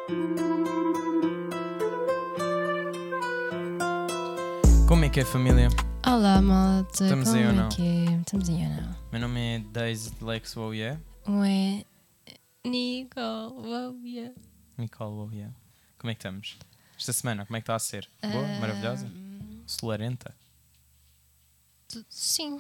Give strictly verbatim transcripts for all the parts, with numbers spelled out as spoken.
Como é que é, família? Olá, malta. Estamos Como aí ou é não? que é? Estamos aí ou não? Meu nome é Daisy Lex Wowie. Ué, Nicole, oh, yeah. Nicole Wowie. Como é que estamos? Esta semana, como é que está a ser? Boa? Ah, Maravilhosa? Solarenta? tu- Sim.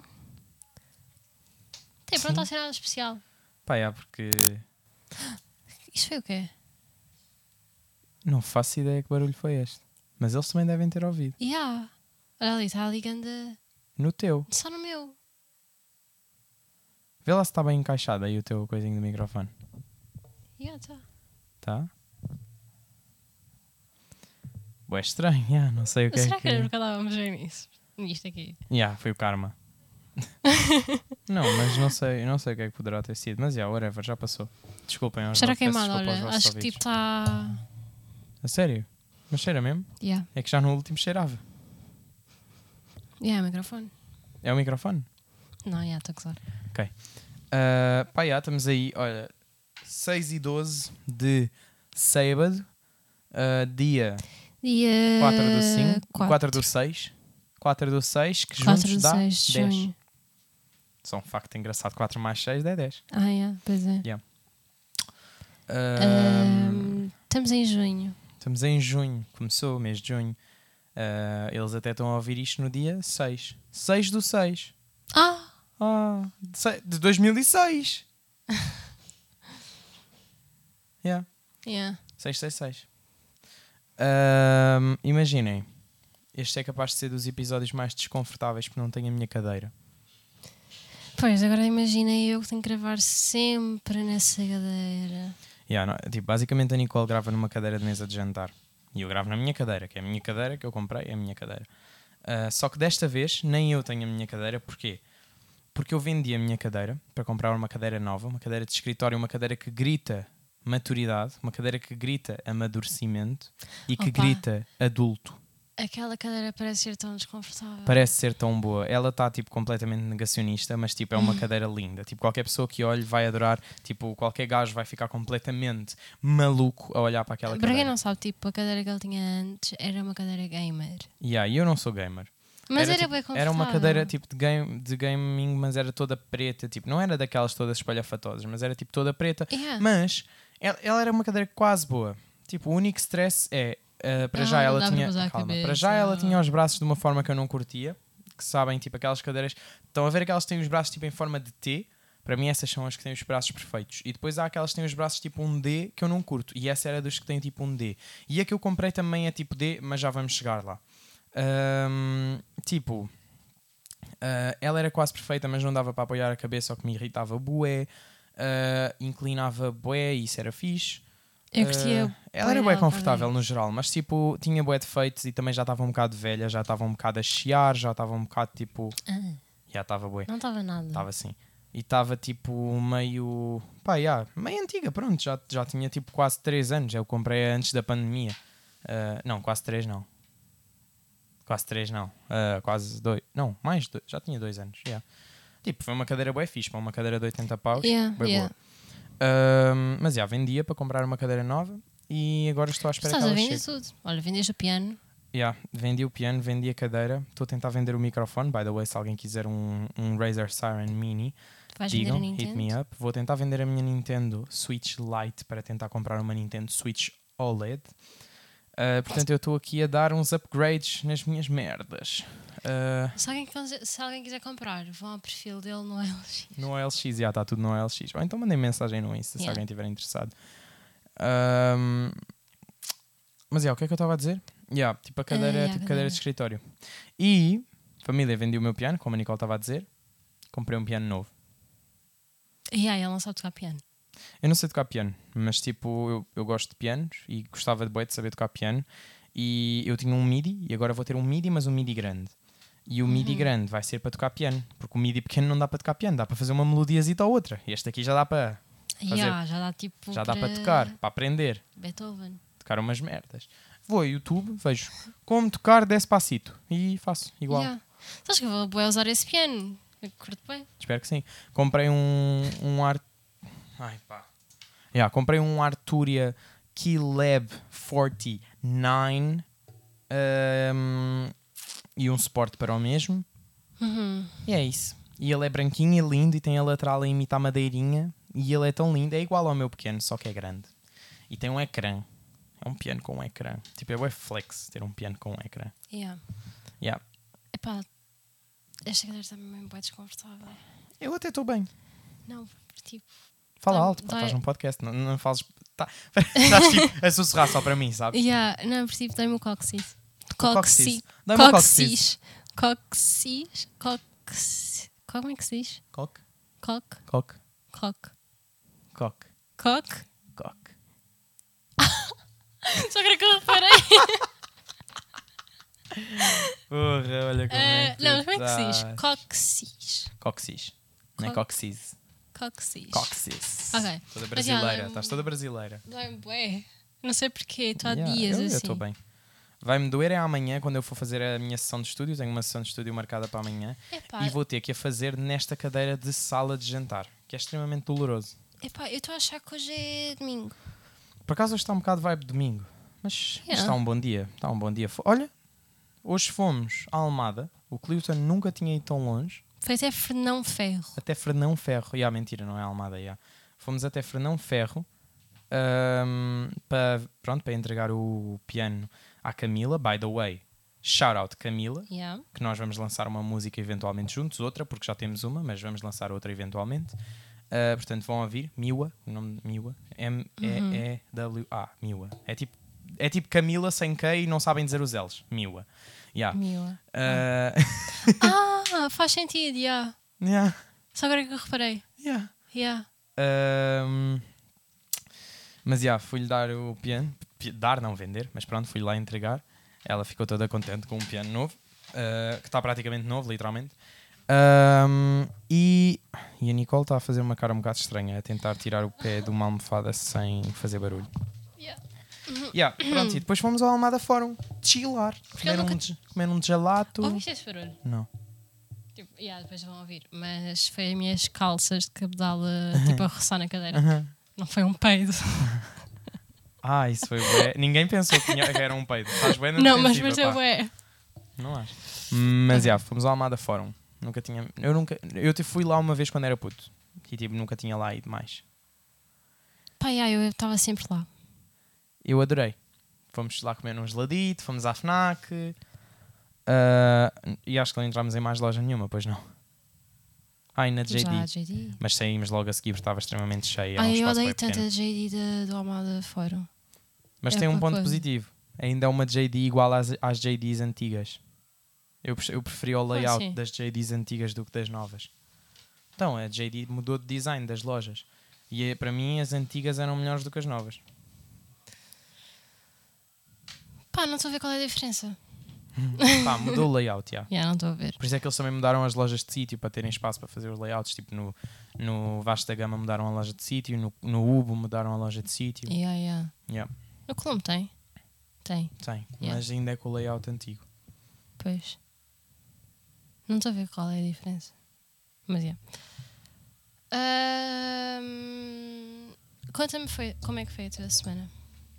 Tem, Sim? pronto, a ser nada especial. Pá, é porque Isto foi o quê? não faço ideia que barulho foi este. Mas eles também devem ter ouvido. Yeah. Olha ali, está ligando No teu. só no meu. Vê lá se está bem encaixado aí o teu coisinho do microfone. Yeah, tá. Tá? Boa, é estranho. Yeah, não sei o que Será é que era que... porque andávamos bem nisso? Nisto aqui. Yeah, foi o karma. Não, mas não sei, não sei o que é que poderá ter sido. Mas yeah, whatever, já passou. Desculpem aos Cheira peço queimado, desculpa aos olha. vossos Acho que ouvidos. tipo está. A sério? Mas cheira mesmo? Yeah. É que já no último cheirava. Yeah, microfone. É o microfone? Não, yeah, estou a gozar. Uh, pá, já, estamos aí, olha, seis e doze de sábado, uh, dia Dia quatro do cinco, quatro. quatro do seis, quatro do seis, que quatro juntos de dá seis de dez. junho. Só um facto engraçado, quatro mais seis dá dez. Ah, yeah, pois é. Yeah. Um, Ahm, estamos em junho. Estamos em junho, começou o mês de junho. Uh, eles até estão a ouvir isto no dia seis. seis do seis. Ah! Ah, de, se- de dois mil e seis. Yeah. Yeah. seis seis seis. Ahm, imaginem, este é capaz de ser dos episódios mais desconfortáveis porque não tenho a minha cadeira. Pois, agora imaginei eu que tenho que gravar sempre nessa cadeira. Yeah, não, tipo, basicamente a Nicole grava numa cadeira de mesa de jantar e eu gravo na minha cadeira, que é a minha cadeira que eu comprei, é a minha cadeira. Ah, só que desta vez nem eu tenho a minha cadeira. Porquê? Porque eu vendi a minha cadeira para comprar uma cadeira nova, uma cadeira de escritório, uma cadeira que grita maturidade, uma cadeira que grita amadurecimento e que Opa. grita adulto. Aquela cadeira parece ser tão desconfortável. Parece ser tão boa. Ela está tipo completamente negacionista, mas tipo é uma cadeira linda. Tipo, qualquer pessoa que olhe vai adorar. Tipo, qualquer gajo vai ficar completamente maluco a olhar para aquela Para quem cadeira. não sabe, tipo, a cadeira que ele tinha antes era uma cadeira gamer. Yeah, e eu não sou gamer. Mas era, tipo, bem confortável. era uma cadeira tipo de, game, de gaming, mas era toda preta. Tipo, não era daquelas todas espalhafatosas, mas era tipo toda preta. Yeah. Mas ela, ela era uma cadeira quase boa. Tipo, o único stress é uh, para Ah, já não ela dá para tinha pousar a calma, cabeça. para já ela tinha os braços de uma forma que eu não curtia. Que sabem, tipo, aquelas cadeiras. Estão a ver aquelas que têm os braços tipo em forma de T? Para mim essas são as que têm os braços perfeitos. E depois há aquelas que têm os braços tipo um D que eu não curto. E essa era dos que têm tipo um D. E a que eu comprei também é tipo D, mas já vamos chegar lá. Um, tipo, uh, ela era quase perfeita, mas não dava para apoiar a cabeça, o que me irritava bué. Uh, inclinava bué e isso era fixe. Eu curtia. Uh, ela era bué bem dela confortável também. no geral, mas tipo, tinha bué defeitos e também já estava um bocado velha, já estava um bocado a chiar, já estava um bocado tipo. Ah, Já estava bué. não estava nada. Estava assim. E estava tipo meio. Pá, yeah, meio antiga, pronto. Já, já tinha tipo quase três anos. Eu comprei antes da pandemia. Uh, não, quase três não. Quase três não. Uh, quase dois. Não, mais dois. Já tinha dois anos. Yeah. Tipo, foi uma cadeira bué fixe. Para uma cadeira de oitenta paus. Yeah, Bué yeah. boa. Um, mas já, vendia para comprar uma cadeira nova. E agora estou à espera Estás que a ela vender chegue. tudo. Olha, vendeste o piano. Yeah, vendi o piano, vendi a cadeira. Estou a tentar vender o microfone. By the way, se alguém quiser um, um Razer Siren Mini, Vais digam, vender a hit Nintendo. me up. Vou tentar vender a minha Nintendo Switch Lite para tentar comprar uma Nintendo Switch O L E D. Uh, portanto, eu estou aqui a dar uns upgrades nas minhas merdas. Uh, Se alguém, conse- se alguém quiser comprar, vão ao perfil dele no L X. no O L X, já está tudo no O L X. Ou então mandem mensagem no Insta se Yeah. alguém estiver interessado. Um, mas yeah, o que é que eu estava a dizer? Yeah, tipo a cadeira Uh, é yeah, tipo a cadeira cadeira. de escritório. E família, vendi o meu piano, como a Nicole estava a dizer. Comprei um piano novo. E aí, ele não sabe tocar piano. Eu não sei tocar piano, mas tipo, eu, eu gosto de pianos e gostava de bué de saber tocar piano. E eu tinha um MIDI e agora vou ter um MIDI, mas um MIDI grande. E o Uhum. MIDI grande vai ser para tocar piano, porque o MIDI pequeno não dá para tocar piano, dá para fazer uma melodiazita ou outra. Este aqui já dá para, Fazer- Yeah, já dá tipo. já dá para tocar, para aprender, Beethoven. tocar umas merdas. Vou ao YouTube, vejo como tocar Despacito e faço igual. Yeah. Sabes que eu vou bué usar esse piano? Eu curto bem. Espero que sim. Comprei um, um Art... Ai pá. Yeah, comprei um Arturia Keylab quarenta e nove um, e um suporte para o mesmo. Uhum. E é isso. E ele é branquinho e lindo e tem a lateral a imitar madeirinha. E ele é tão lindo, é igual ao meu pequeno, só que é grande. E tem um ecrã. É um piano com um ecrã. Tipo, é bué flex ter um piano com um ecrã. Yeah. Yeah. Epá, esta cadeira está mesmo bem desconfortável. Eu até estou bem. Não, tipo... Fala Dá- alto, pá, dói- estás num podcast, não, não fazes. Tá, estás tipo a sussurrar só para mim, sabes? Yeah, não, por tipo, dá-me o cóccix. cóccix. Cóccix. Dá-me o cóccix. Cóccix. Cóccix. Como é que se diz? Coque, Coque. coque, Coque. coque, Coque. coque. Só queria que eu reparei. Porra, olha como é Uh, que não, tu como é que se diz? estás. Cóccix. Cóccix. Não é Co- coxis. Cóccix. Coxis. Ok. Toda Mas, yeah, brasileira. dá-me- Estás toda brasileira. Dói-me bué. Não sei porquê, estou há Yeah, dias eu, assim. Eu estou bem. Vai-me doer é amanhã quando eu for fazer a minha sessão de estúdio. Tenho uma sessão de estúdio marcada para amanhã. Epá, E vou ter que a fazer nesta cadeira de sala de jantar, que é extremamente doloroso. epá, eu estou a achar que hoje é domingo. Por acaso hoje está um bocado vibe de domingo. Mas Yeah. está um bom dia. Está um bom dia. Fo- Olha, hoje fomos à Almada. O Clifton nunca tinha ido tão longe. Foi até Fernão Ferro. Até Fernão Ferro. E yeah, mentira, não é Almada. Yeah. Fomos até Fernão Ferro ahm, para, pronto, para entregar o piano à Camila. By the way, shout out Camila. Yeah. Que nós vamos lançar uma música eventualmente juntos. Outra, porque já temos uma, mas vamos lançar outra eventualmente. Uh, portanto, vão ouvir Miwa. O nome de Miwa. M E E W A. Miwa. É tipo, é tipo Camila sem K e não sabem dizer os L's. Miwa. Yeah. Miwa. Uh, Ah, faz sentido, yeah. yeah. Só agora que eu reparei. Yeah. Yeah. Um, mas yeah, fui-lhe dar o piano. Pi- Dar, não vender, mas pronto, fui lá entregar. Ela ficou toda contente com um piano novo, uh, que está praticamente novo, literalmente. Um, e, e a Nicole está a fazer uma cara um bocado estranha, a tentar tirar o pé de uma almofada sem fazer barulho. Yeah. Yeah, pronto, e depois fomos ao Almada Fórum chillar, Porque eu comer, nunca um, ge- comer um gelato. Ouviste esse barulho? Não. Tipo, yeah, depois vão ouvir. Mas foi as minhas calças de cabedala tipo a roçar na cadeira. Uhum. Não foi um peido. Ah, isso foi bué. Ninguém pensou que, tinha, que era um peido. Estás bem na Não, mas defensiva, pareceu pá. bué. Não acho. Mas já, yeah, fomos ao Almada Fórum. Nunca tinha. Eu nunca. Eu te- fui lá uma vez quando era puto. E tipo, nunca tinha lá ido mais. Pá, yeah, eu estava sempre lá. Eu adorei. Fomos lá comer um geladito, fomos à FNAC. ah, e acho que não entramos em mais loja nenhuma, pois não. Ah, e na J D. Já, J D. Mas saímos logo a seguir porque estava extremamente cheia. Ai, um eu espaço odeio bué tanto pequeno. a J D da- do Almada Fórum. Mas é tem um outra ponto coisa. positivo. Ainda é uma J D igual às, às J Ds antigas. Eu, pre- eu preferi o layout assim? das J Ds antigas do que das novas. Então, a J D mudou de design das lojas. E eh, para mim as antigas eram melhores do que as novas. Pá, não estou a ver qual é a diferença. Pá, mudou o layout, já. Já, não estou a ver. Por isso é que eles também mudaram as lojas de sítio para terem espaço para fazer os layouts. Tipo, no, no Vasta Gama mudaram a loja de sítio, no, no Ubo mudaram a loja de sítio. Yeah, yeah. Yeah, No Colombo tem? Tem, tem. Yeah. Mas ainda é com o layout antigo. pois. Não estou a ver qual é a diferença. Mas é. Ahm, Conta-me foi, como é que foi a tua semana?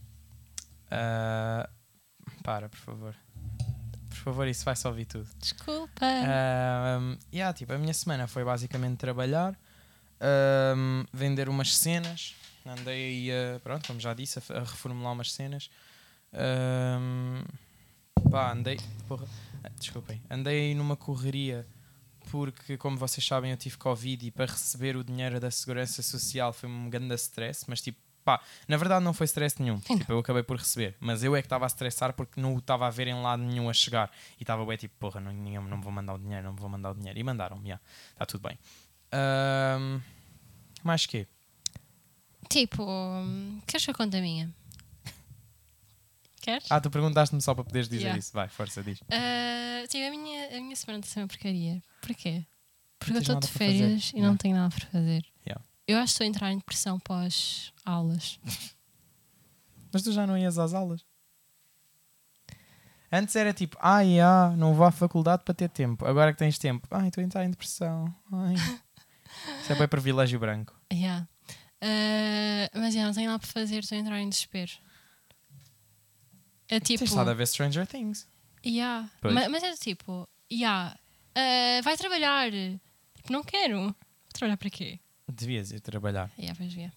Ah, para, por favor. Por favor, isso vai-se ouvir tudo. Desculpa. Um, yeah, tipo, a minha semana foi basicamente trabalhar, um, vender umas cenas. Andei, uh, pronto, como já disse, a, f- a reformular umas cenas. Um, pá, andei. Porra, ah, desculpem. Andei numa correria porque, como vocês sabem, eu tive Covid e para receber o dinheiro da Segurança Social foi um grande stress, mas tipo. Pá, na verdade não foi stress nenhum. Tipo, eu acabei por receber. Mas eu é que estava a estressar porque não o estava a ver em lado nenhum a chegar. E estava bem tipo, porra, não, ninguém, não me vou mandar o dinheiro, não me vou mandar o dinheiro. E mandaram-me, já. Está tudo bem. Ahm, mais quê? Tipo, hum, queres que eu conte a minha? Queres? Ah, tu perguntaste-me só para poderes dizer Yeah. isso. Vai, força, diz. Ah, tipo, a minha, a minha semana está a ser uma porcaria. Porquê? Porque Não eu tens estou nada de para fazer. férias e Yeah. não tenho nada para fazer. Yeah. Eu acho que estou a entrar em depressão pós-aulas. Mas tu já não ias às aulas? Antes era tipo, ai, ah, não vou à faculdade para ter tempo. Agora que tens tempo, ai, estou a entrar em depressão. Ai. Isso é bem privilégio branco. Yeah. Ah, mas já não tenho nada para fazer, estou a entrar em desespero. É tipo. Tens estado a ver Stranger Things. Yeah. Pois. Ma- Mas é tipo, yeah. uh, vai trabalhar. Tipo, não quero. Vou trabalhar para quê? Devias ir trabalhar. Yeah, pois via.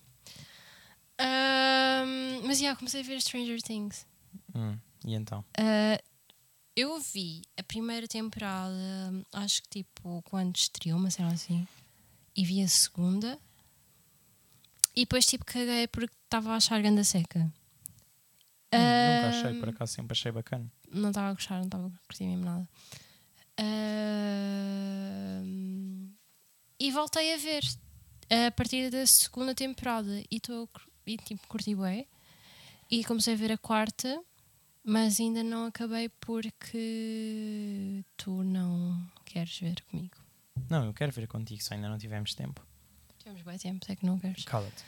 Um, mas yeah, comecei a ver Stranger Things. Hum, e então? Uh, eu vi a primeira temporada, acho que tipo quando estreou, mas era assim. E vi a segunda. E depois tipo caguei porque estava a achar ganda seca. Hum, nunca achei, Um, por acaso sempre achei bacana. Não estava a gostar, não estava a curtir mesmo nada. Um, e voltei a ver a partir da segunda temporada e, tô, e tipo, curti bué. E comecei a ver a quarta, mas ainda não acabei porque tu não queres ver comigo. Não, eu quero ver contigo, só ainda não tivemos tempo. Tivemos bem tempo, é que não queres. Cala-te.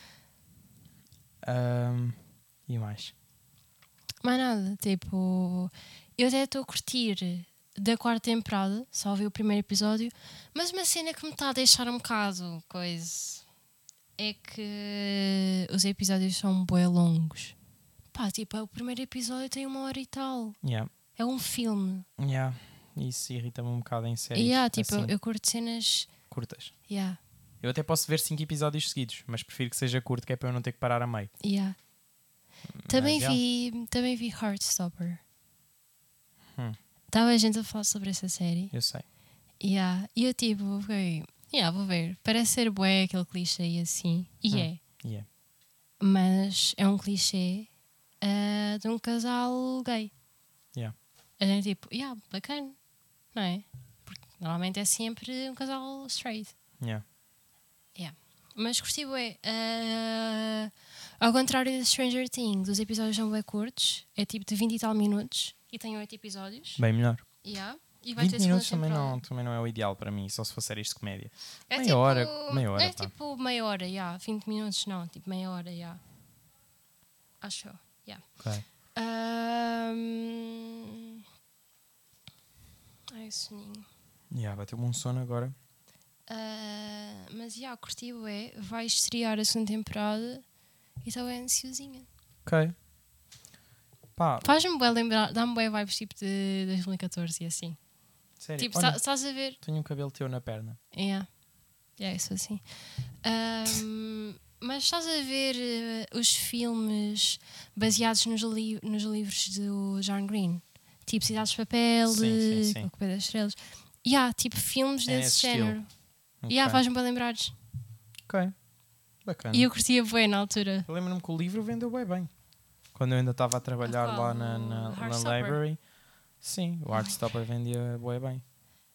Um, e mais? Mais nada, tipo, eu até estou a curtir da quarta temporada, só vi o primeiro episódio, mas uma cena que me está a deixar um bocado coisa é que os episódios são bué longos. Pá, tipo, o primeiro episódio tem uma hora e tal. Yeah. É um filme. Yeah. Isso irrita-me um bocado em séries. E yeah, tipo, assim, eu, eu curto cenas. curtas. Yeah, Eu até posso ver cinco episódios seguidos, mas prefiro que seja curto, que é para eu não ter que parar a meio. yeah. Também Mas, yeah. vi, também vi Heartstopper. Hum. Estava a gente a falar sobre essa série. Eu sei. Yeah. E eu tipo, ok, yeah, vou ver. Parece ser bué aquele clichê e assim. E Hum. é. Yeah. Mas é um clichê uh, de um casal gay. Yeah. A gente tipo, yeah, bacana, não é? Porque normalmente é sempre um casal straight. Yeah. Yeah. Mas curti bué. Uh, ao contrário de Stranger Things, os episódios são bué curtos. É tipo de vinte e tal minutos. E tem oito episódios. Bem melhor. Yeah. E vai vinte ter segunda minutos também temporada. não, também não é o ideal para mim, só se for séries de comédia. É meia tipo, hora, meia hora, É tá. tipo meia hora, yeah. vinte minutos não, tipo meia hora, yeah. Acho eu, yeah. Ok. Um... Ai, soninho. Yeah, bateu-me um sono agora. Uh, mas, yeah, curti bué. Vai estrear a segunda temporada e estou bem ansiosinha. Ok. Pá, Faz-me bué lembrar, dá-me bué vibes tipo de dois mil e catorze e assim. sério. Tipo, Olha, tá- estás a ver? tenho um cabelo teu na perna. Yeah. Yeah, isso assim. Um, mas estás a ver uh, os filmes baseados nos, li- nos livros do John Green? Tipo Cidades de Papel, Sim, sim, sim. O Cupê das Estrelas. Yeah, tipo filmes É desse nesse género. Ok. Yeah, faz-me bem lembrar. Ok. Bacana. E eu curtia bué na altura. Eu lembro-me que o livro vendeu bem bem. Quando eu ainda estava a trabalhar Ah, lá na, na, o na Heartstopper. library. Sim, o Heartstopper vendia bué bem.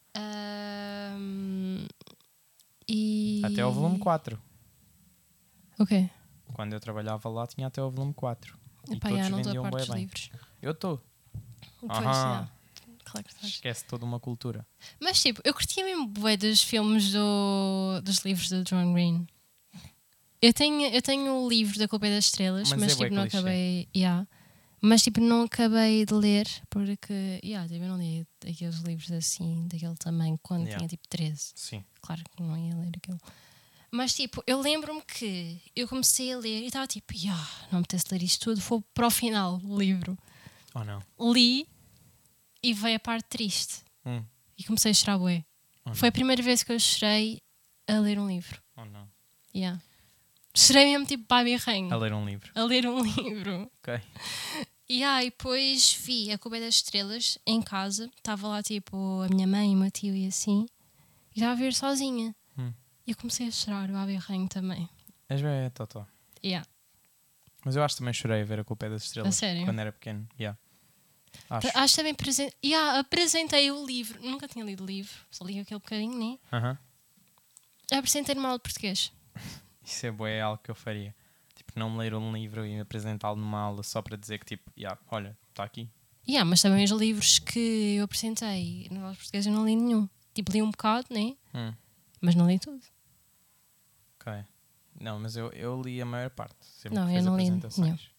Um, e... Até ao volume quatro. O quê? Quando eu trabalhava lá tinha até ao volume quatro. E Epá, todos já, não estou a vendiam parte bué dos bem. livros. Eu estou. Pois, Aham. já. Claro que estás. Esquece toda uma cultura. Mas tipo, eu curtia mesmo bué dos filmes do, dos livros do John Green. Eu tenho, eu tenho o livro da Culpa das Estrelas, Mas mas, é bué tipo não clichê. acabei. Yeah. Mas tipo não acabei de ler porque yeah, tipo, eu não li aqueles livros assim, daquele tamanho, quando Yeah. tinha tipo treze. Sim. Claro que não ia ler aquilo. Mas tipo, eu lembro-me que eu comecei a ler e estava tipo, yeah, não me apetece ler isto tudo, vou para o final do livro. Ou não? Li e veio a parte triste. Hum. E comecei a chorar bué. Ou Foi a primeira vez que eu chorei a ler um livro. não? Ou não? Yeah. Chorei mesmo tipo Babi Rainha. A ler um livro. A ler um livro. Ok. Yeah, e depois vi a Cuba das Estrelas em casa. Estava lá tipo a minha mãe e o meu tio e assim. E estava a ver sozinha. Hum. E eu comecei a chorar, o Babi Rainha também. És bem, Totó. Yeah. Mas eu acho que também chorei a ver a Culpa das Estrelas. A sério? Quando era pequeno. Yeah. Acho. Acho também presen... yeah, apresentei o livro. Nunca tinha lido o livro, só li aquele bocadinho, né? Aham. Apresentei no mal de português. Isso é bué, é algo que eu faria. Tipo, não me ler um livro e apresentá-lo numa aula só para dizer que tipo, yeah, olha, está aqui. Yeah, mas também os livros que eu apresentei no mal de português eu não li nenhum. Tipo, li um bocado, né? Hum. Mas não li tudo. Ok. Não, mas eu, eu li a maior parte. Sempre Não, que eu fez não li apresentações.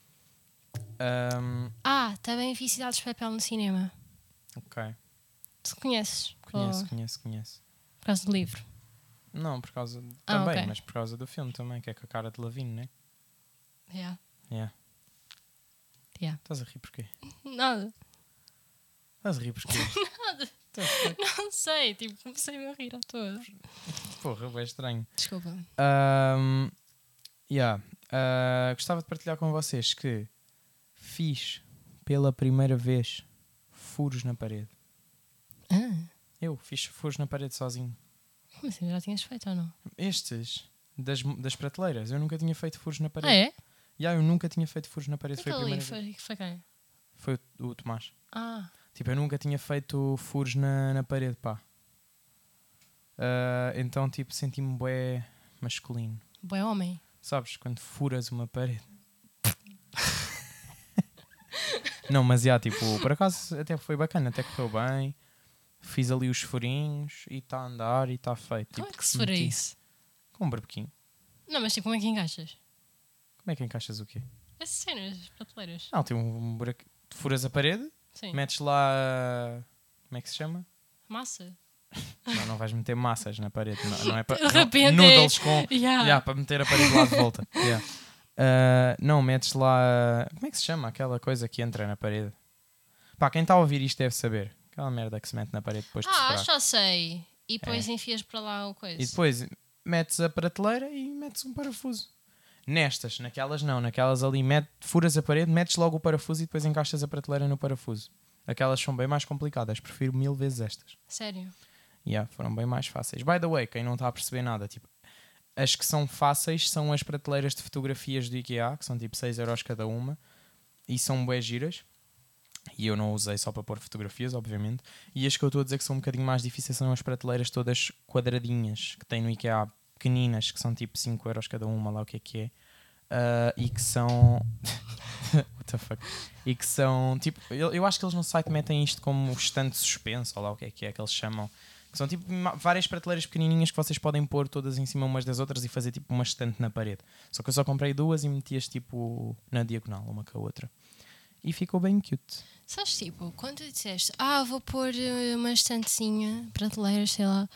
Ahm, Ah, também vi Cidades de Papel no cinema. ok. Tu conheces? Conheço, Ou conheço, conheço. por causa do livro? Não, por causa. Ah, Também, ok. mas por causa do filme também, que é com a cara de Lavigne, né? Yeah. Yeah. Yeah. Estás a rir porquê? Nada. Estás a rir porquê? Nada. Estás a rir? Não sei, tipo, comecei a rir à toa. Porra, é estranho. Desculpa. Um, yeah. uh, gostava de partilhar com vocês que fiz pela primeira vez furos na parede. Ah, Eu fiz furos na parede sozinho. como assim? Já tinhas feito ou não? Estes, das, das prateleiras, eu nunca tinha feito furos na parede. Ah, é? Yeah, eu nunca tinha feito furos na parede. Foi a Aquele ali primeira vez. foi, foi quem? Foi o, o Tomás. Ah, Tipo, eu nunca tinha feito furos na, na parede, pá. Uh, então, tipo, senti-me bué masculino. bom homem. Sabes, quando furas uma parede. Não, mas já, tipo, por acaso até foi bacana, até correu bem. Fiz ali os furinhos e está a andar e está feito. Como Tipo, é que se fará meti isso? Com um barbequinho. Não, mas tipo, como é que encaixas? Como é que encaixas o quê? Essas cenas, prateleiras. Não, tem um buraco. Tu furas a parede, Sim. metes lá. Como é que se chama? Massa. Não, não vais meter massas na parede. Não, não é para. De repente não, é- noodles com. Yeah. Yeah, para meter a parede lá de volta. Yeah. Uh, não, metes lá. Como é que se chama aquela coisa que entra na parede? Pá, quem está a ouvir isto deve saber. Aquela merda que se mete na parede depois de Ah, separar. já sei. E depois enfias para lá o coisa. E depois metes a prateleira e metes um parafuso. Nestas, naquelas não. Naquelas ali, met, furas a parede, metes logo o parafuso e depois encaixas a prateleira no parafuso. Aquelas são bem mais complicadas. Prefiro mil vezes estas. Sério? Yeah, foram bem mais fáceis. By the way, quem não está a perceber nada, tipo, as que são fáceis são as prateleiras de fotografias do IKEA, que são tipo seis euros cada uma. E são bué giras. E eu não usei só para pôr fotografias, obviamente. E as que eu estou a dizer que são um bocadinho mais difíceis são as prateleiras todas quadradinhas que tem no IKEA, pequeninas, que são tipo cinco euros cada uma, lá o que é que é. Uh, e que são. What the fuck? E que são tipo. Eu, eu acho que eles no site metem isto como estante suspenso, ou lá o que é que é que eles chamam. Que são tipo ma- várias prateleiras pequenininhas que vocês podem pôr todas em cima umas das outras e fazer tipo uma estante na parede. Só que eu só comprei duas e meti-as tipo na diagonal, uma com a outra. E ficou bem cute. Sabes, tipo, quando tu disseste, ah, vou pôr eh, uma estantezinha, prateleiras, sei lá,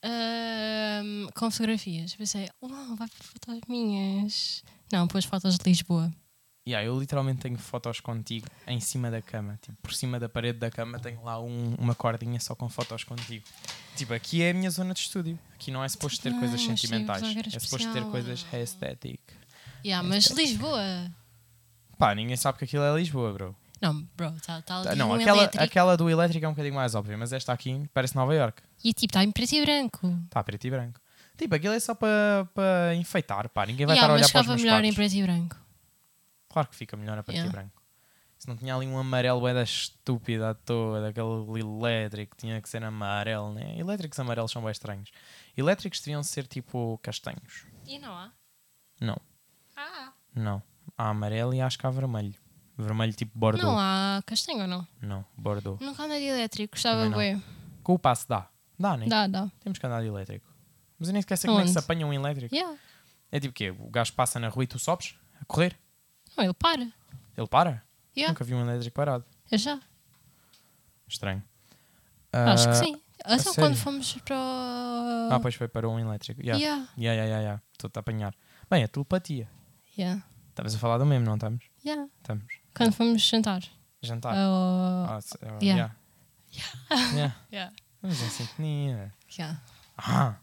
ahm, com fotografias. Pensei, uau, vai pôr fotos minhas. Não, pôs fotos de Lisboa. Yeah, eu literalmente tenho fotos contigo em cima da cama. Tipo, por cima da parede da cama tenho lá um- uma cordinha só com fotos contigo. Tipo, aqui é a minha zona de estúdio. Aqui não é suposto ter Não, coisas mas sentimentais. sim, era É suposto ter especial. coisas aesthetic. Yeah, mas Lisboa. Pá, ninguém sabe que aquilo é Lisboa, bro. Não, bro, está tá ali Não, um aquela, elétrico. aquela do elétrico é um bocadinho mais óbvia, mas esta aqui parece Nova York. E tipo, está em preto e branco. Está preto e branco. Tipo, aquilo é só para pa enfeitar, pá. Ninguém vai Yeah, estar a mas olhar para os ficava meus melhor em quadros. preto e branco. Claro que fica melhor a preto Yeah. e branco. Se não tinha ali um amarelo bué da estúpida à toa, daquele elétrico, tinha que ser amarelo, né? Elétricos amarelos são bem estranhos. Elétricos deviam ser tipo castanhos. E não há? Não, Ah. não. Há amarelo e acho que há vermelho. Vermelho tipo Bordeaux. Não há castanho ou não? Não, Bordeaux. Nunca andei de elétrico, gostava Também bem. Com o passo dá. Dá, né? Dá, dá. Temos que andar de elétrico. Mas eu nem sequer sei como é que Onde? se apanha um elétrico. Yeah. É tipo o quê? O gajo passa na rua e tu sobes a correr? Não, ele para. Ele para? Yeah. Nunca vi um elétrico parado. Eu já. Estranho. Acho que Ah, sim. Então sério? quando fomos para o... Ah, pois foi para um elétrico. Yeah. Yeah. Yeah, yeah, yeah, yeah. Estou-te a apanhar. Bem, a telepatia. Yeah. Estamos a falar do mesmo, não estamos? Yeah. Estamos. Quando fomos jantar. Jantar. Ao- Ah, se- ah, yeah. yeah. Yeah. Yeah. Vamos em sintonia. Yeah. Ah.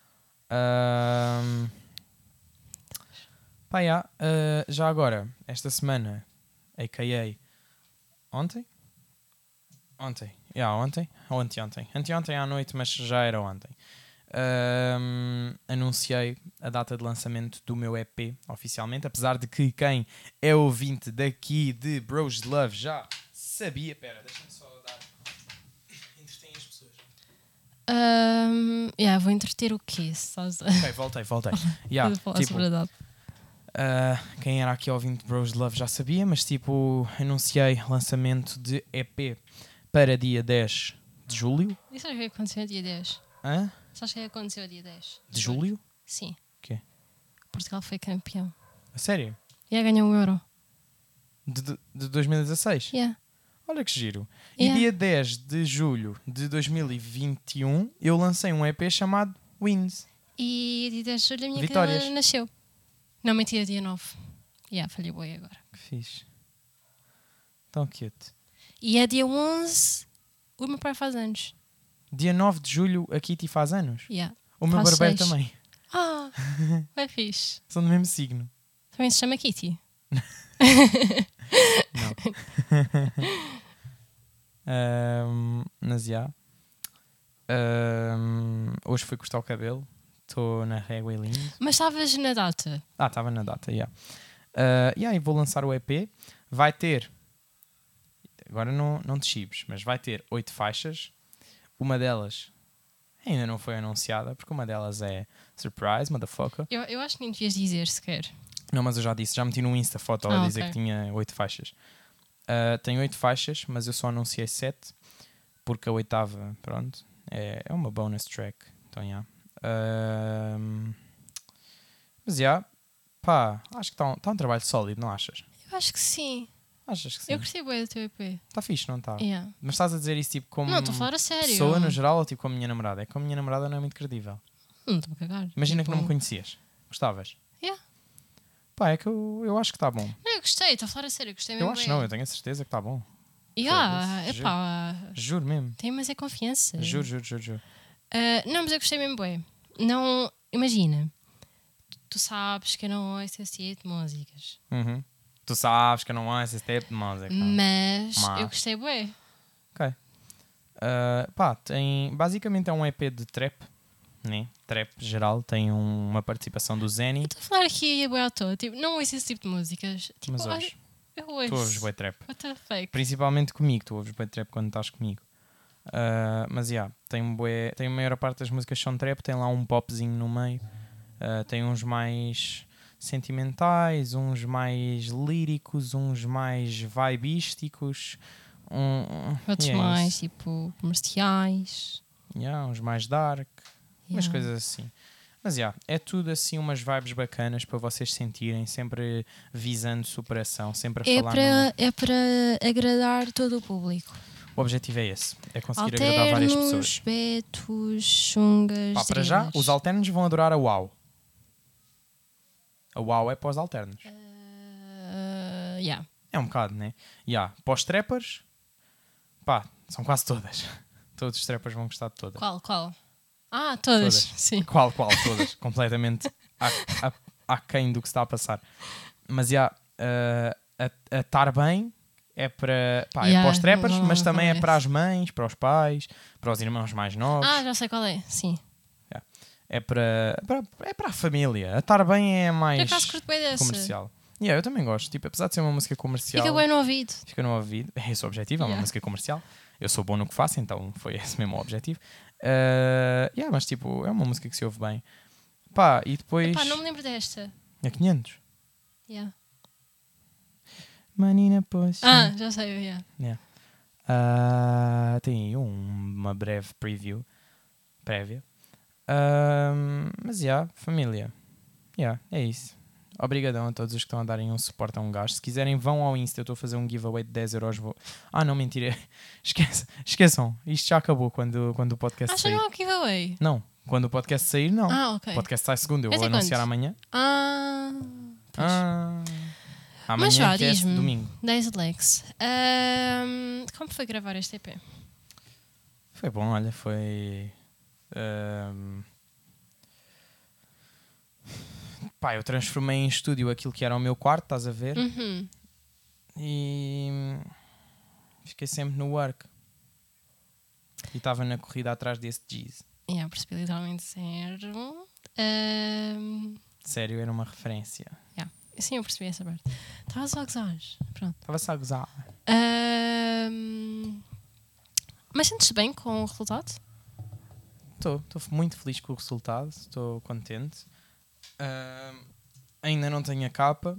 Ahm. Pá, yeah. Ah, já agora, esta semana, a k a. Ontem? Ontem. Yeah, ontem. Ou anteontem. Anteontem à noite, mas já era ontem. Ahm, anunciei a data de lançamento do meu E P oficialmente, apesar de que quem é ouvinte daqui de Bros de Love já sabia. Pera, deixa-me só dar. Entretém as pessoas. Um, yeah, vou entreter o quê? se estás a- Ok, voltei, voltei. Yeah, a falar tipo, sobre a data. Uh, quem era aqui ouvinte de Bros de Love já sabia, mas tipo, anunciei lançamento de E P para dia dez de julho. E sabes o que aconteceu dia dez? Hã? Sabes o que aconteceu dia dez? De julho? Sim. Quê? Portugal foi campeão. A sério? E yeah, ganhou um euro. De, de, de dois mil e dezasseis? Yeah. Olha que giro. Yeah. E dia dez de julho de dois mil e vinte e um eu lancei um E P chamado Wins. E dia dez de julho a minha Vitórias. cadela nasceu. Não, mentira, dia nove. Yeah, falhei boi agora. Que fixe. Tão cute. E é dia onze, o meu pai faz anos. Dia nove de julho a Kitty faz anos. Yeah. O meu Faz barbeiro seis. também. Ah, é fixe. São do mesmo signo. Também se chama Kitty. Não. um, mas já. Um, hoje fui cortar o cabelo. Estou na régua e lindo. Mas estavas na data. Ah, estava na data, já. Yeah. Uh, e aí vou lançar o E P. Vai ter... Agora não, não te chibes, mas vai ter oito faixas. Uma delas ainda não foi anunciada, porque uma delas é surprise, motherfucker. Eu, eu acho que nem devias dizer sequer. Não, mas eu já disse, já meti no Insta foto Ah, a dizer ok. que tinha oito faixas. Uh, tem oito faixas, mas eu só anunciei sete, porque a oitava, pronto, é, é uma bonus track. Então, já. Yeah. Uh, mas, já, yeah, pá, acho que está um, tá um trabalho sólido, não achas? Eu acho que sim. Achas que sim? Eu gostei bem do teu E P. Está fixe, não está? Yeah. Mas estás a dizer isso tipo como Não, estou a falar a sério. pessoa no geral ou tipo com a minha namorada? É que com a minha namorada não é muito credível. Não estou a cagar. Imagina Tipo, que não me conhecias. Gostavas? Yeah. Pá, é que eu, eu acho que está bom. Não, eu gostei, estou a falar a sério. Gostei Eu mesmo acho bem. não, eu tenho a certeza que está bom. Yeah, Foda-se, epá, Juro mesmo. tem mas é confiança. Juro, juro, juro, juro. Uh, não, mas eu gostei mesmo bem. Não, imagina, tu, tu sabes que eu não ouço esse tipo de músicas. Uhum. Tu sabes que eu não ouço esse tipo de música. Mas, Mas. eu gostei bem. Ok. Uh, pá, tem... Basicamente é um E P de trap. Né? Trap geral. Tem um- uma participação do Zeni. Estou a falar aqui a boa à toa. Tipo, não ouço esse tipo de músicas. Tipo, Mas olha, hoje. eu ouço. Tu ouves bué trap. What the fuck? Principalmente comigo. Tu ouves bué trap quando estás comigo. Uh, mas, já. Yeah, tem, um bué... tem a maior parte das músicas são trap. Tem lá um popzinho no meio. Uh, tem uns mais... sentimentais, uns mais líricos, uns mais vibísticos, um, Outros yeah, mais, isso. tipo, comerciais. Yeah, uns mais dark, umas Yeah. coisas assim. Mas yeah, é tudo assim umas vibes bacanas para vocês sentirem, sempre visando superação, sempre a É falar. para, numa- é para agradar todo o público. O objetivo é esse, é conseguir agradar várias Alternos, pessoas. betos, chungas, Pá, para já, drillers. os alternos vão adorar a UAU. A UAU é para os alternos. Uh, yeah. É um bocado, né? Yeah. Para os trappers, pá, são quase todas. Todos os trappers vão gostar de todas. Qual, qual? Ah, todas. Todas. Sim. Qual, qual? Todas. Completamente a- a- aquém do que se está a passar. Mas, já, uh, a estar bem é para, pá, é Yeah, para os trappers, não- mas não também é conheço. para as mães, para os pais, para os irmãos mais novos. Ah, já sei qual é. Sim. É para, para, é para a família. A estar bem é Por mais acaso curto bem dessa. comercial. Yeah, eu também gosto. Tipo, apesar de ser uma música comercial... Fica bem no ouvido. Fica no ouvido. É esse o objetivo, é uma Yeah. música comercial. Eu sou bom no que faço, então foi esse mesmo o objetivo. Uh, yeah, mas tipo, é uma música que se ouve bem. Pá, e depois... Epá, não me lembro desta. É quinhentos. Yeah. Manina, pois. Ah, já sei. Yeah. Yeah. Uh, tem aí um- uma breve preview. Prévia. Uh, mas, já, yeah, família. Yeah, é isso. Obrigadão a todos os que estão a darem um suporte a um gajo. Se quiserem, vão ao Insta. Eu estou a fazer um giveaway de dez euros. Vou... Ah, não, mentira. Esqueçam. Esqueçam. Isto já acabou quando, quando o podcast Ah, já sair. não há giveaway. Não. Quando o podcast sair, não. Ah, ok. O podcast sai segunda. Eu Mas vou é anunciar quando? amanhã. Ah, pois. Ah, amanhã Mas já, que é esse diz-me. domingo. dez Alex. Ahm, como foi gravar este E P? Foi bom, olha. Foi... ahm, Pá, eu transformei em estúdio aquilo que era o meu quarto, estás a ver? Uhum. E fiquei sempre no work. E estava na corrida atrás desse G's. Yeah, percebi literalmente zero. Ahm, Sério, era uma referência. yeah. Sim, eu percebi essa parte. Estava só a gozar. Pronto. Estava-se a gozar. Ahm, mas sentes-te bem com o resultado? Estou muito feliz com o resultado. Estou contente. Ah, ainda não tenho a capa.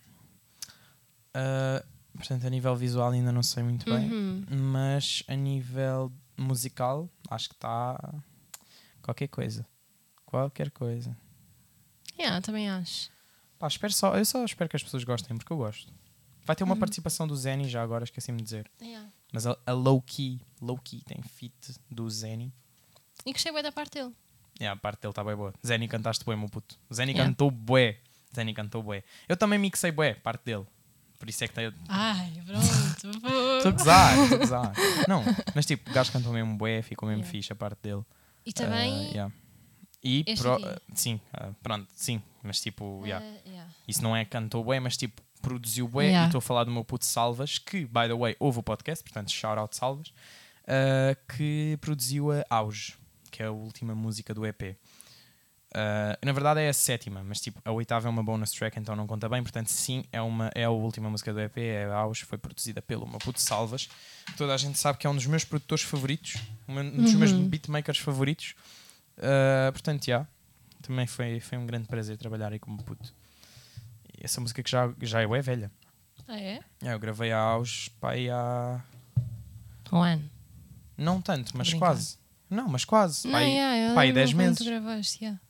Ah, portanto, a nível visual ainda não sei muito bem. Uhum. Mas a nível musical, acho que está qualquer coisa. Qualquer coisa. Yeah, também acho. Pá, espero só, eu só espero que as pessoas gostem, porque eu gosto. Vai ter uma Uhum. participação do Zeni já agora, esqueci-me de dizer. Yeah. Mas a, a Low Key, Low Key tem feat do Zeni. E gostei bem da parte dele. É, a parte dele está bem boa. Zeni, cantaste bué, meu puto. Zeni Yeah. cantou bué. Zeni cantou bué. Eu também mixei bué, parte dele. por isso é que tem. Ai, pronto. Estou a gozar, estou a gozar. Não, mas tipo, o gajo cantou mesmo bué, ficou mesmo Yeah. fixe a parte dele. E também. Uh, yeah. E Este pro, aqui. uh, sim, uh, pronto, sim, mas tipo, yeah. Uh, yeah. Isso não é cantou bué, mas tipo, produziu bué. Yeah. E estou a falar do meu puto Salvas, que, by the way, ouve o podcast, portanto, shout out Salvas, uh, que produziu a Auge, que é a última música do E P. Uh, na verdade é a sétima, mas tipo, a oitava é uma bonus track, então não conta bem. Portanto, sim, é, uma, é a última música do E P, é a Auge, foi produzida pelo meu puto Salvas, que toda a gente sabe que é um dos meus produtores favoritos, um dos Uhum. meus beatmakers favoritos. Uh, portanto, já, yeah, também foi, foi um grande prazer trabalhar aí como puto. E essa música que já, já é velha. Ah, é? Yeah, eu gravei a Auge, pai, há... Um ano. Não tanto, mas Brincar. quase. Não, mas quase. Não, Pai, yeah, eu pai lembro dez quando meses. tu gravaste, yeah.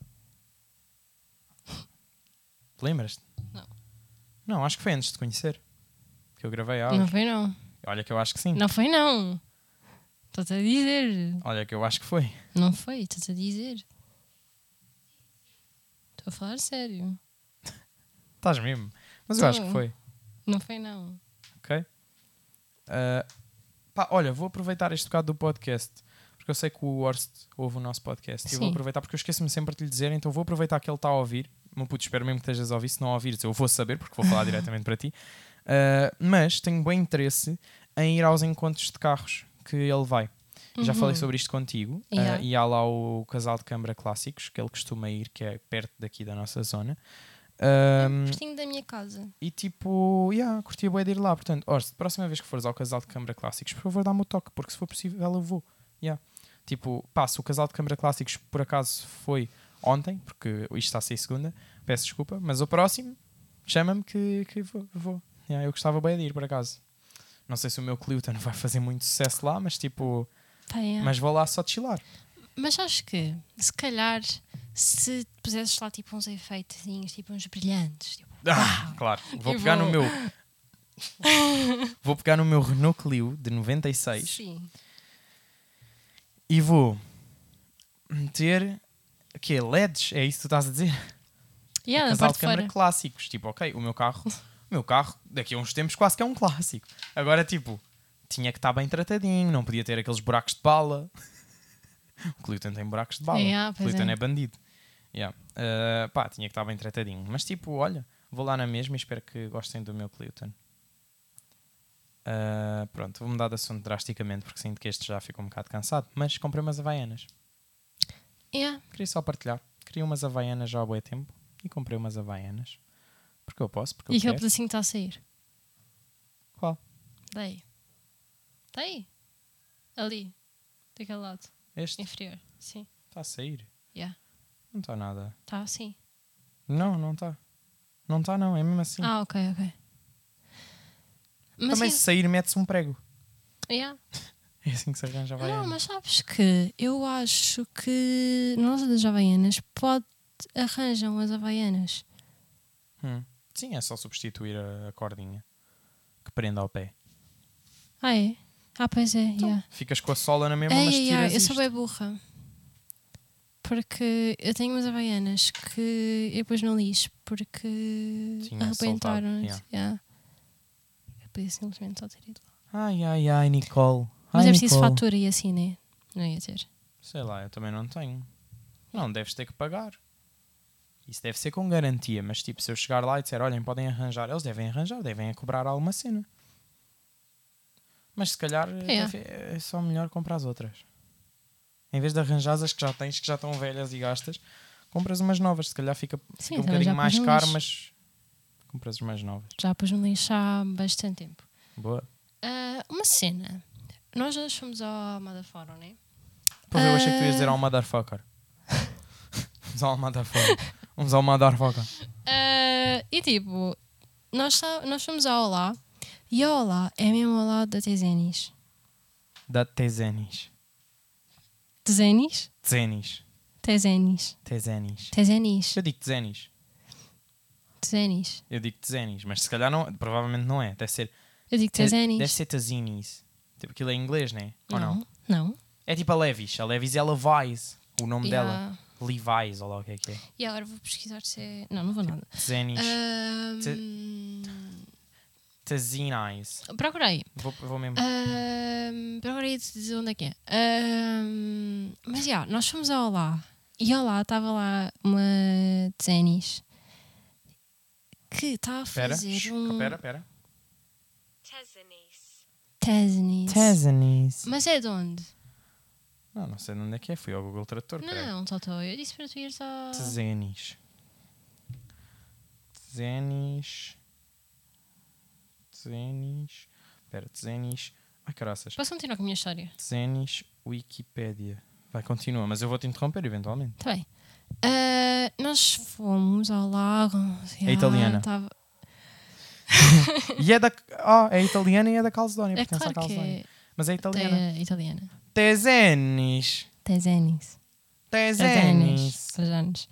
Lembras-te? Não. Não, acho que foi antes de te conhecer que eu gravei a Auge. Não foi não. Olha que eu acho que sim. Não foi não. Estou-te a dizer. Olha que eu acho que foi. Não foi, estou-te a dizer. Estou a falar sério. Estás mesmo. Mas eu Tô. acho que foi. Não foi não. Ok? Uh, pá, olha, vou aproveitar este bocado do podcast. Porque eu sei que o Horst ouve o nosso podcast. E eu vou Sim. aproveitar porque eu esqueço-me sempre de lhe dizer. Então vou aproveitar que ele está a ouvir. Meu puto, espero mesmo que estejas a ouvir. Se não ouvires, eu vou saber porque vou falar diretamente para ti. Uh, mas tenho bem interesse em ir aos encontros de carros que ele vai. Já Uhum. falei sobre isto contigo. Yeah. Uh, e há lá o Casal de Câmara Clássicos, que ele costuma ir, que é perto daqui da nossa zona. Um, Pertinho da minha casa. e tipo, yeah, curtia bué de ir lá. Portanto, Horst, próxima vez que fores ao Casal de Câmara Clássicos, por favor, dá-me o toque, porque se for possível eu vou. Yeah. Tipo, pá, se o Casal de Câmara Clássicos por acaso foi ontem, porque isto está a ser segunda, peço desculpa, mas o próximo, chama-me que, que vou. vou. Yeah, eu gostava bem de ir, por acaso. Não sei se o meu Cliuton vai fazer muito sucesso lá, mas tipo, Pá, yeah. mas vou lá só de chilar. Mas acho que, se calhar, se pusesses lá tipo uns efeitos, tipo uns brilhantes, tipo, Ah, claro, vou E pegar vou- no meu vou pegar no meu Renault Clio de noventa e seis sim. e vou meter o quê? L E Ds? É isso que tu estás a dizer? Yeah, na Casal parte de de câmara fora. clássicos. Tipo, ok, o meu carro, o meu carro daqui a uns tempos quase que é um clássico. Agora, tipo, tinha que estar bem tratadinho, não podia ter aqueles buracos de bala. O Cliuton tem buracos de bala. Yeah, O pois Cliuton é. é bandido. Yeah. Uh, pá, tinha que estar bem tratadinho. Mas tipo, olha, vou lá na mesma e espero que gostem do meu Cliuton. Uh, pronto, vou mudar de assunto drasticamente porque sinto que este já ficou um bocado cansado. Mas comprei umas Havaianas. Yeah. Queria só partilhar. Queria umas Havaianas já há bué tempo e comprei umas Havaianas. Porque eu posso, porque eu E aquele quero. pedacinho está a sair. Qual? Daí. Daí. Ali. Daquele lado. Este? Inferior. Sim. Está a sair? Yeah. Não está nada. Está assim. Não, não está. Não está não, é mesmo assim. Ah, ok, ok. Mas Também sim. se sair mete-se um prego. Yeah. É assim que se arranja a Havaiana. Não, mas sabes que eu acho que na loja das Havaianas pode arranjam as Havaianas. Hum. Sim, é só substituir a, a cordinha que prende ao pé. Ah, é? Ah, pois é. Então, Yeah. ficas com a sola na mesma, Ei, mas ei, tiras ei, eu isto. sou bem burra. Porque eu tenho umas Havaianas que eu pus no lixo porque Tinha arrebentaram. soltado, Yeah. Eu podia simplesmente só ter ido lá. Ai, ai, ai, Nicole. Mas ai, é preciso Nicole. fatura e assim, né? Não ia ter. Sei lá, eu também não tenho. Não, deves ter que pagar. Isso deve ser com garantia, mas tipo, se eu chegar lá e disser, olhem, podem arranjar, eles devem arranjar, devem a cobrar alguma cena. Mas se calhar É. deve- é só melhor comprar as outras. Em vez de arranjar as que já tens, que já estão velhas e gastas, compras umas novas. Se calhar fica, Sim, fica um também já bocadinho mais pus no caro, lixo. mas compras umas novas. Já pus no lixo há bastante tempo. Boa. Ah, uma cena. Nós hoje fomos ao Madafora, não é? Pois eu achei que tu ias Ah. dizer ao motherfucker. Vamos ao motherfucker. Vamos ao motherfucker. Ah, e tipo, nós, só- nós fomos ao Olá e ao Olá é mesmo ao lado da Tezenis. Da Tezenis. Tezenis? Tezenis. Tezenis. Tezenis. Tezenis. Eu digo Tezenis. Tezenis. Eu digo Tezenis, mas se calhar não, provavelmente não é. Deve ser, Eu digo te, Tezenis. deve ser Tazinis. Tipo, aquilo é em inglês, né? Ou não? Não. Não. É tipo a Levis. A Levis é Levi's. O nome dela. Yeah. Levi's, ou lá o que é que é. E agora vou pesquisar se é... Não, não vou nada. Tezenis. Ahm, Tezenais. Procurei. Vou, vou mesmo. Um, procurei dizer onde é que é. Um, mas, já, nós fomos ao Olá. E ao Olá estava lá uma Tezenis que está a Pera, fazer shh, um... pera, pera. Tezenis. Tezenis. Mas é de onde? Não, não sei de onde é que é. Fui ao Google Tradutor. peraí. Não, Totó, eu disse para tu ires a... Tezenis. Tezenis. Tezenis. Espera, Tezenis. Ai, caraças. Posso continuar com a minha história? Tezenis Wikipédia. Vai, continua, mas eu vou-te interromper eventualmente. Está bem. Uh, nós fomos ao lago. É italiana. Tava... E é da... Oh, é italiana e é da Calcedónia. É pertence à claro que Calcedónia. é, Mas é italiana. é italiana. Tezenis. Tezenis. Tezenis. Tezenis.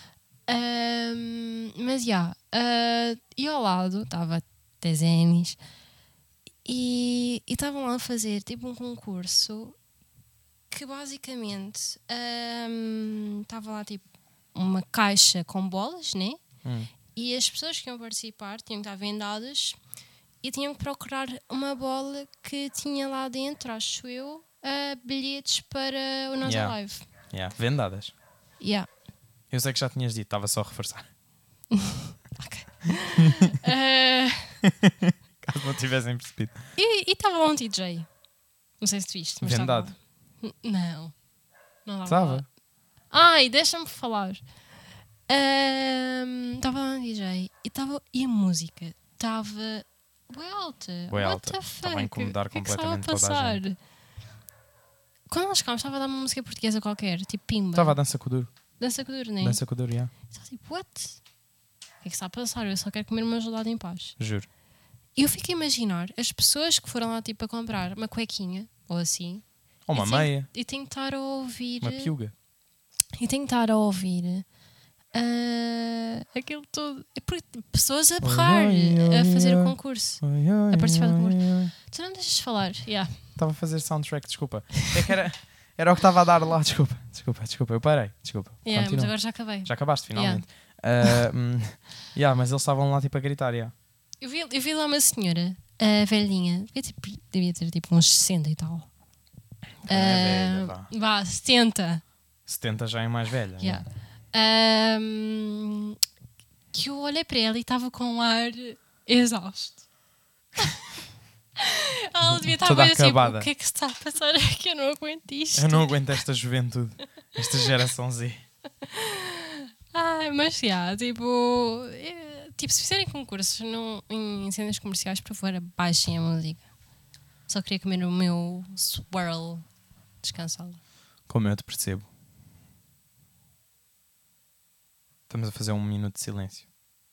Um, mas, já. Uh, e ao lado estava Tezenis. E estavam lá a fazer tipo um concurso que basicamente estava um, lá tipo uma caixa com bolas, né? Hum. E as pessoas que iam participar tinham que estar vendadas e tinham que procurar uma bola que tinha lá dentro, acho eu, uh, bilhetes para o nosso Yeah. live. Yeah. Vendadas. Yeah. Eu sei que já tinhas dito, estava só a reforçar. Ok. uh, Caso não tivessem percebido. e estava lá um D J. Não sei se tu viste. Mas Vendado. estava lá. N- Não. Não Estava. lá. Ai, deixa-me falar. Estava lá um D J e, tava, e a música estava bué alta. Bué What alta. the Estava a fuck? incomodar O que é que estava completamente toda a passar? Quando nós chegámos, estava a dar uma música portuguesa qualquer, tipo Pimba. Estava a dança com o duro. Dança com duro, né? Dança com o duro, yeah. Estava tipo, what? O que é que está a passar? Eu só quero comer uma gelada em paz. Juro. E eu fico a imaginar as pessoas que foram lá tipo a comprar uma cuequinha, ou assim, Ou uma e tem- meia. e tem que estar a ouvir. Uma piuga. E tem que estar a ouvir ah, aquilo tudo. E por- pessoas a berrar, Oi, oi, a fazer oi. o concurso. Oi, oi, A participar do oi, concurso. oi. Tu não deixas de falar. Yeah. Estava a fazer soundtrack, desculpa. É que era, era o que estava a dar lá, desculpa. Desculpa, desculpa. Eu parei, desculpa. Yeah, mas Continua. agora já acabei. Já acabaste, finalmente. Yeah. hum, yeah, mas eles estavam lá tipo a gritar, yeah. Eu, vi, eu vi lá uma senhora, a velhinha, devia ter, devia ter tipo uns sessenta e tal. É velha, Ah, vá. vá, setenta. setenta já é mais velha. Yeah. né? Ahm, que eu olhei para ela e estava com um ar exausto. Ela devia estar Toda bem assim, acabada. o que é que se está a passar aqui? Eu não aguento isto. Eu não aguento esta juventude. Esta geração Z. Ai, mas já, tipo, é, tipo, se fizerem concursos no, em cenas comerciais, por favor, baixem a música. Só queria comer o meu swirl descansado. Como eu te percebo. Estamos a fazer um minuto de silêncio.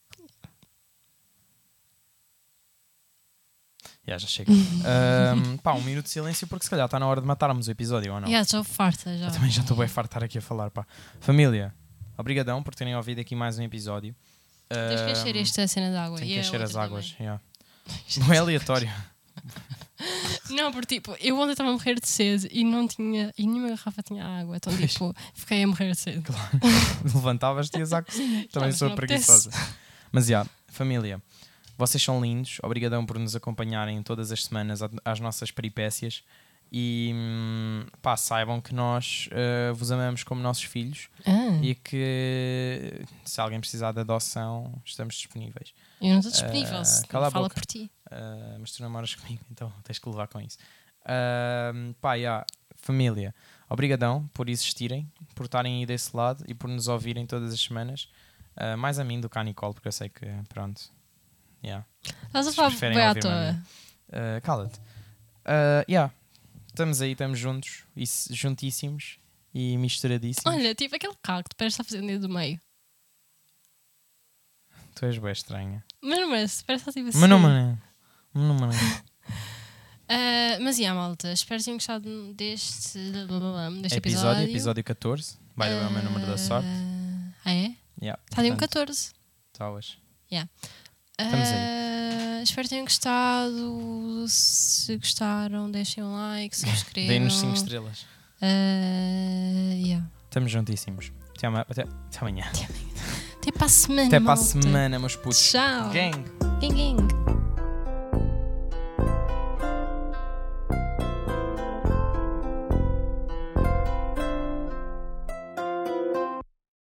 Já, já chega. um, pá, um minuto de silêncio porque se calhar está na hora de matarmos o episódio, ou não? Já, estou farta já. Eu também já estou bem farto de estar aqui a falar, pá. Família, obrigadão por terem ouvido aqui mais um episódio. Tens que encher Um, esta cena de água. Tem e que a encher as outra águas. também. yeah. Não é aleatório. Não, porque tipo, eu ontem estava a morrer de sede e não tinha, e nenhuma garrafa tinha água. Então tipo, fiquei a morrer de sede. Levantavas-te e ias à cozinha. Também mas sou não preguiçosa. Mas já, família, vocês são lindos. Obrigadão por nos acompanharem todas as semanas a- às nossas peripécias. E hum, pá, saibam que nós uh, vos amamos como nossos filhos Ah, e que se alguém precisar de adoção, estamos disponíveis. eu não estou disponível. Ah, se cala a fala boca. por ti. Uh, mas tu namoras comigo, então tens que levar com isso. Uh, pá, yeah, família, obrigadão por existirem, por estarem aí desse lado e por nos ouvirem todas as semanas. Uh, mais a mim do que à Nicole, porque eu sei que, pronto, yeah. Estás a Vocês falar preferem bem à ouvir-me a toa. mim. Uh, cala-te. Uh, yeah. Estamos aí, estamos juntos, e s- juntíssimos e misturadíssimos. Olha, tipo aquele carro que tu parece estar fazendo dedo do meio. Tu és bem estranha. Mas não parece, parece estar tipo assim. Mas não, mano. Não, mano. Ah, mas e yeah, malta, espero que tenham gostado deste, deste Episódio, episódio. episódio catorze. By the way, é o meu número da sorte. Ah, é? Yeah, Está ali um portanto, catorze. talvez. Estamos aí. espero que tenham gostado. Se gostaram, deixem um like, subscrevam. Deem-nos cinco estrelas. Ah, yeah. Estamos juntíssimos. Até, ama- até, até amanhã. Até para a semana. Até para a malta. semana, meus putos. Tchau. Gang! Gang, gang.